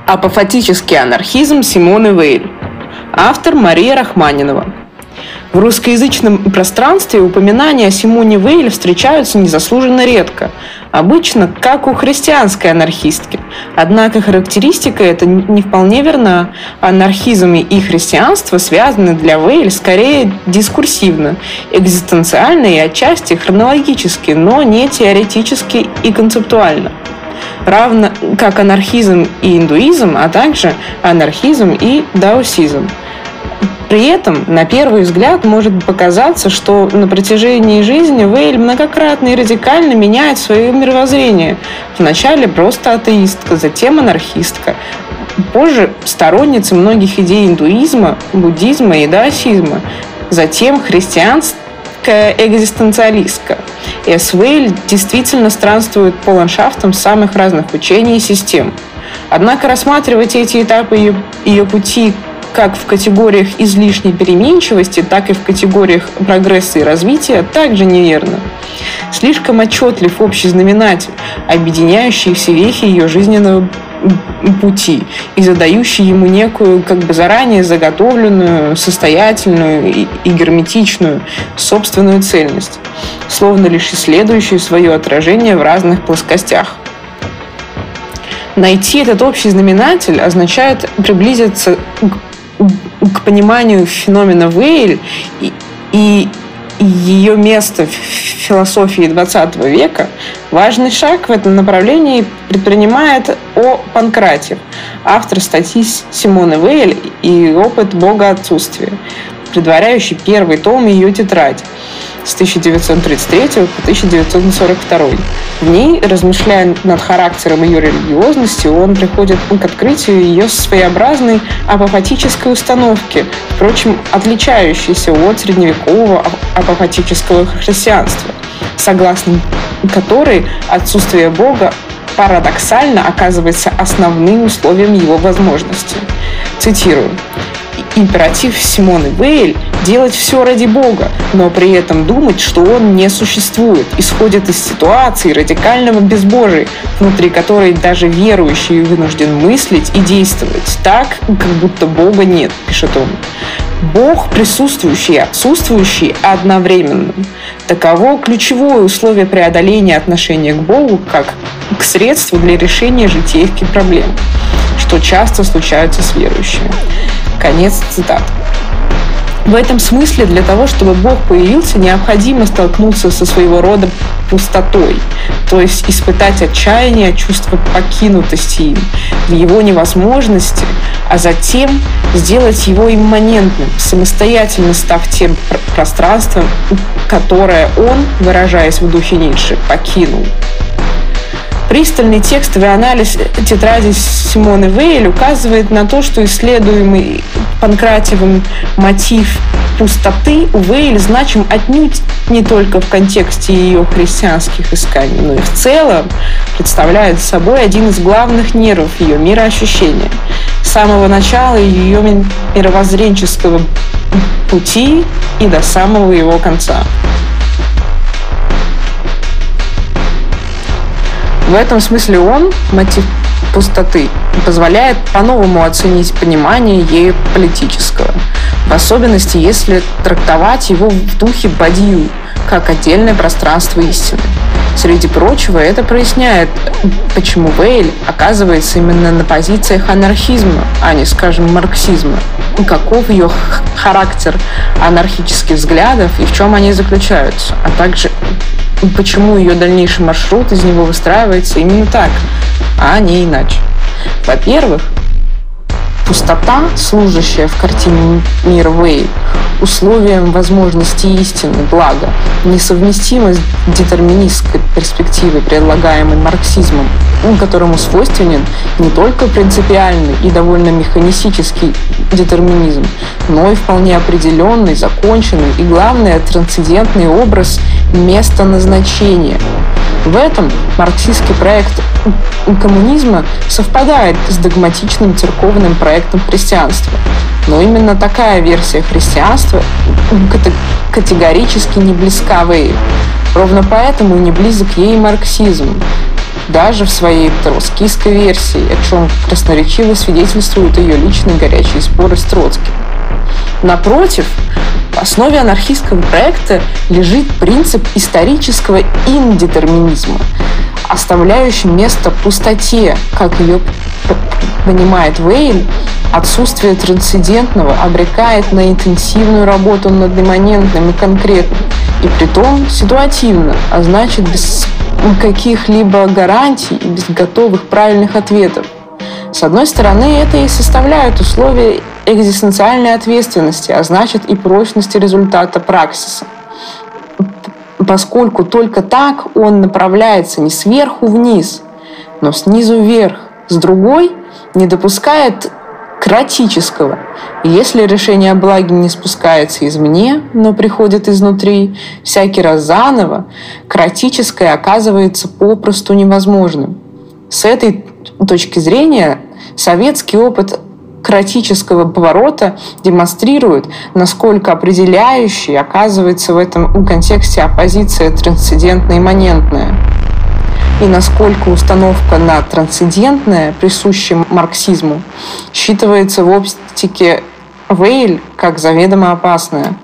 Апофатический анархизм Симоны Вейль. Автор Мария Рахманинова. В русскоязычном пространстве упоминания о Симоне Вейль встречаются незаслуженно редко, обычно как у христианской анархистки. Однако характеристика эта не вполне верна. Анархизм и христианство связаны для Вейль скорее дискурсивно, экзистенциально и отчасти хронологически, но не теоретически и концептуально. Равно как анархизм и индуизм, а также анархизм и даосизм. При этом, на первый взгляд, может показаться, что на протяжении жизни Вейль многократно и радикально меняет свое мировоззрение. Вначале просто атеистка, затем анархистка. Позже сторонница многих идей индуизма, буддизма и даосизма. Затем христианская экзистенциалистка. С. Вейль действительно странствует по ландшафтам самых разных учений и систем. Однако рассматривать эти этапы ее пути как в категориях излишней переменчивости, так и в категориях прогресса и развития также неверно. Слишком отчетлив общий знаменатель, объединяющий все вехи ее жизненного пути и задающий ему некую, как бы заранее заготовленную, состоятельную и герметичную собственную цельность, словно лишь исследующую свое отражение в разных плоскостях. Найти этот общий знаменатель означает приблизиться к пониманию феномена Вейль и ее место в философии XX века. Важный шаг в этом направлении предпринимает О. Панкратьев, автор статьи Симоны Вейль и опыт богоотсутствия, предваряющий первый том ее тетради с 1933 по 1942. В ней, размышляя над характером ее религиозности, он приходит к открытию ее своеобразной апофатической установки, впрочем, отличающейся от средневекового апофатического христианства, согласно которой отсутствие Бога парадоксально оказывается основным условием его возможности. Цитирую. Императив Симоны Вейль – делать все ради Бога, но при этом думать, что Он не существует, исходит из ситуации радикального безбожия, внутри которой даже верующий вынужден мыслить и действовать так, как будто Бога нет, пишет он. Бог присутствующий и отсутствующий одновременно. Таково ключевое условие преодоления отношения к Богу как к средству для решения житейских проблем, что часто случается с верующими. Конец цитаты. В этом смысле для того, чтобы Бог появился, необходимо столкнуться со своего рода пустотой, то есть испытать отчаяние, чувство покинутости им, в его невозможности, а затем сделать его имманентным, самостоятельно став тем пространством, которое он, выражаясь в духе Ницше, покинул. Пристальный текстовый анализ тетради Симоны Вейль указывает на то, что исследуемый Панкратьевым мотив пустоты у Вейль значим отнюдь не только в контексте ее христианских исканий, но и в целом представляет собой один из главных нервов ее мироощущения. С самого начала ее мировоззренческого пути и до самого его конца. В этом смысле он, мотив пустоты, позволяет по-новому оценить понимание ею политического, в особенности, если трактовать его в духе Бадьи, как отдельное пространство истины. Среди прочего, это проясняет, почему Вейль оказывается именно на позициях анархизма, а не, скажем, марксизма, каков ее характер анархических взглядов и в чем они заключаются, а также почему ее дальнейший маршрут из него выстраивается именно так, а не иначе. Во-первых, пустота, служащая в картине мира Вейль условием возможности истины, блага, несовместима с детерминистской перспективой, предлагаемой марксизмом, которому свойственен не только принципиальный и довольно механистический детерминизм, но и вполне определенный, законченный и, главное, трансцендентный образ места назначения. В этом марксистский проект коммунизма совпадает с догматичным церковным проектом христианства. Но именно такая версия христианства категорически не близка Вейль. Ровно поэтому не близок ей марксизм. даже в своей троцкистской версии, о чем красноречиво свидетельствуют ее личные горячие споры с Троцким. Напротив, в основе анархистского проекта лежит принцип исторического индетерминизма, оставляющий место пустоте, как ее понимает Вейль. Отсутствие трансцендентного обрекает на интенсивную работу над имманентным и конкретным, и притом ситуативно, а значит без каких-либо гарантий и без готовых правильных ответов. С одной стороны, это и составляет условия экзистенциальной ответственности, а значит и прочности результата праксиса, поскольку только так он направляется не сверху вниз, но снизу вверх. С другой, не допускает кратического. Если решение о благе не спускается извне, но приходит изнутри, всякий раз заново, кратическое оказывается попросту невозможным. С этой точки зрения советский опыт кратического поворота демонстрирует, насколько определяющей оказывается в этом контексте оппозиция трансцендентно-имманентная, и насколько установка на трансцендентное, присущее марксизму, считывается в оптике Вейль как заведомо опасная.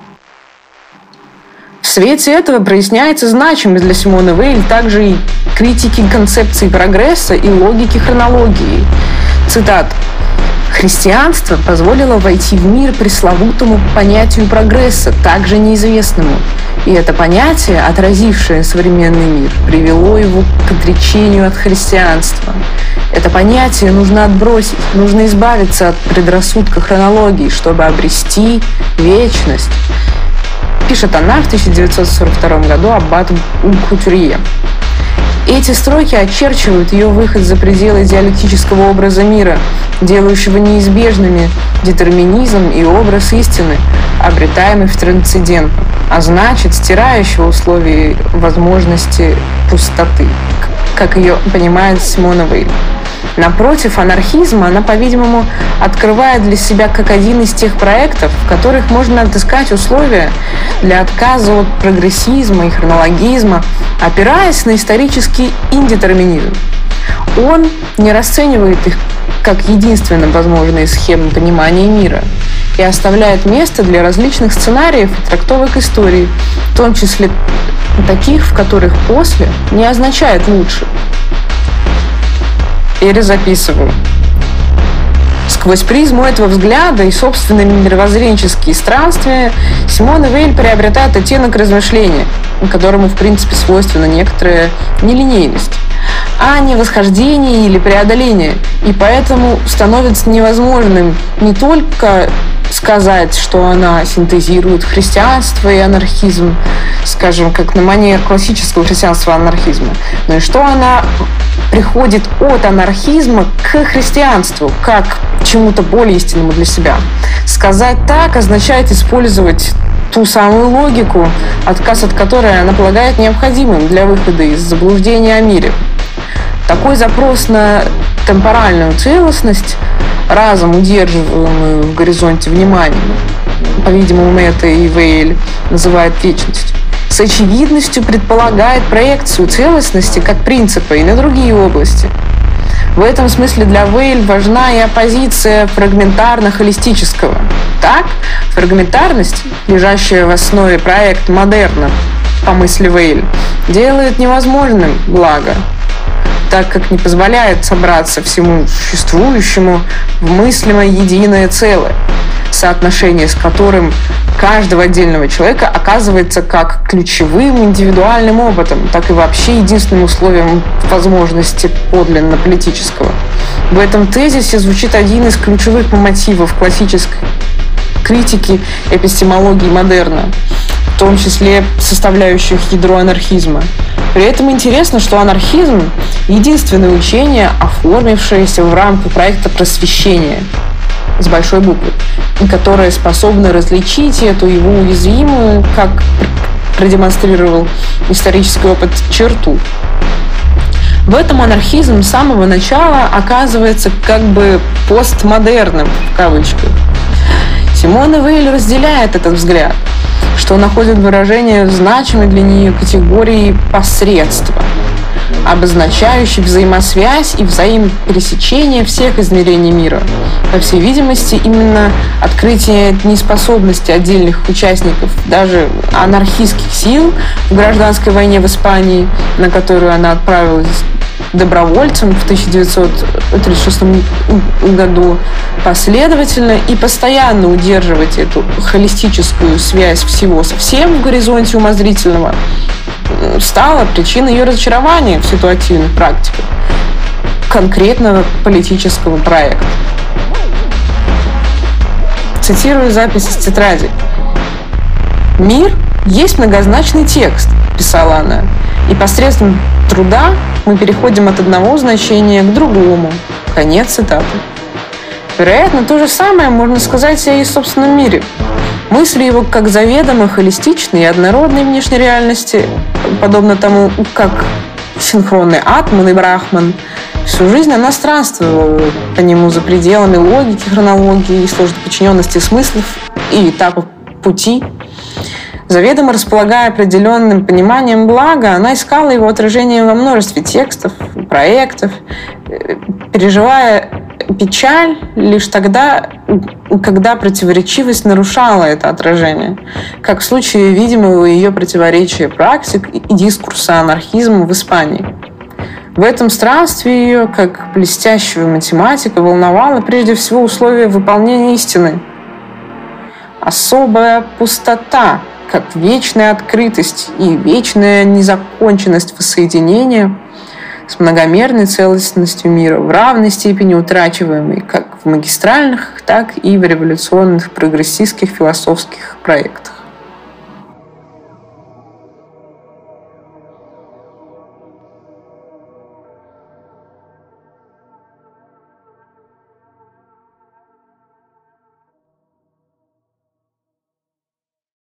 В свете этого проясняется значимость для Симоны Вейль также и критики концепции прогресса и логики хронологии. Цитата. «Христианство позволило войти в мир пресловутому понятию прогресса, также неизвестному. И это понятие, отразившее современный мир, привело его к отречению от христианства. Это понятие нужно отбросить, нужно избавиться от предрассудка хронологии, чтобы обрести вечность», пишет она в 1942 году аббат Кутюрье. Эти строки очерчивают ее выход за пределы диалектического образа мира, делающего неизбежными детерминизм и образ истины, обретаемый в трансцендентном, а значит, стирающего условия возможности пустоты, как ее понимает Симона Вейль. Напротив, анархизма она, по-видимому, открывает для себя как один из тех проектов, в которых можно отыскать условия для отказа от прогрессизма и хронологизма, опираясь на исторический индетерминизм. Он не расценивает их как единственно возможные схемы понимания мира и оставляет место для различных сценариев и трактовок истории, в том числе таких, в которых «после» не означает «лучше». Перезаписываю. Сквозь призму этого взгляда и собственные мировоззренческие странствия Симона Вейль приобретает оттенок размышления, которому, в принципе, свойственна некоторая нелинейность, а не восхождение или преодоление, и поэтому становится невозможным не только сказать, что она синтезирует христианство и анархизм, скажем, как на манер классического христианства и анархизма, но и что она приходит от анархизма к христианству, как к чему-то более истинному для себя. Сказать так означает использовать ту самую логику, отказ от которой она полагает необходимым для выхода из заблуждения о мире. Такой запрос на темпоральную целостность, разом удерживаемую в горизонте внимания, по-видимому, это и Вейль называет вечностью, с очевидностью предполагает проекцию целостности как принципа и на другие области. В этом смысле для Вейль важна и оппозиция фрагментарно-холистического. Так, фрагментарность, лежащая в основе проекта модерна, по мысли Вейль, делает невозможным благо, так как не позволяет собраться всему существующему в мыслимое единое целое, соотношение с которым каждого отдельного человека оказывается как ключевым индивидуальным опытом, так и вообще единственным условием возможности подлинно политического. В этом тезисе звучит один из ключевых мотивов классической критики эпистемологии модерна, в том числе составляющих ядро анархизма. При этом интересно, что анархизм – единственное учение, оформившееся в рамках проекта просвещения с большой буквы, которое способно различить эту его уязвимую, как продемонстрировал исторический опыт, черту. В этом анархизм с самого начала оказывается как бы постмодерным, в кавычках. Симона Вейль разделяет этот взгляд, что находит выражение в значимой для нее категории посредства. обозначающий взаимосвязь и взаимопересечение всех измерений мира. По всей видимости, именно открытие неспособности отдельных участников, даже анархистских сил в гражданской войне в Испании, на которую она отправилась добровольцем в 1936 году, последовательно и постоянно удерживать эту холистическую связь всего со всем в горизонте умозрительного, стала причиной ее разочарования в ситуативных практиках конкретного политического проекта. Цитирую запись из тетради. «Мир есть многозначный текст», — писала она, «и посредством труда мы переходим от одного значения к другому». Конец цитаты. Вероятно, то же самое можно сказать и о собственном мире. Мысли его как заведомо холистичной и однородной внешней реальности, подобно тому, как синхронный атман и брахман, всю жизнь она странствовала по нему за пределами логики, хронологии и сложной подчиненности смыслов и этапов пути. Заведомо располагая определенным пониманием блага, она искала его отражение во множестве текстов, проектов, переживая печаль лишь тогда, когда противоречивость нарушала это отражение, как в случае видимого ее противоречия практик и дискурса анархизма в Испании. В этом странстве ее, как блестящего математика, волновало прежде всего условие выполнения истины. Особая пустота, как вечная открытость и вечная незаконченность воссоединения с многомерной целостностью мира, в равной степени утрачиваемой как в магистральных, так и в революционных прогрессистских философских проектах.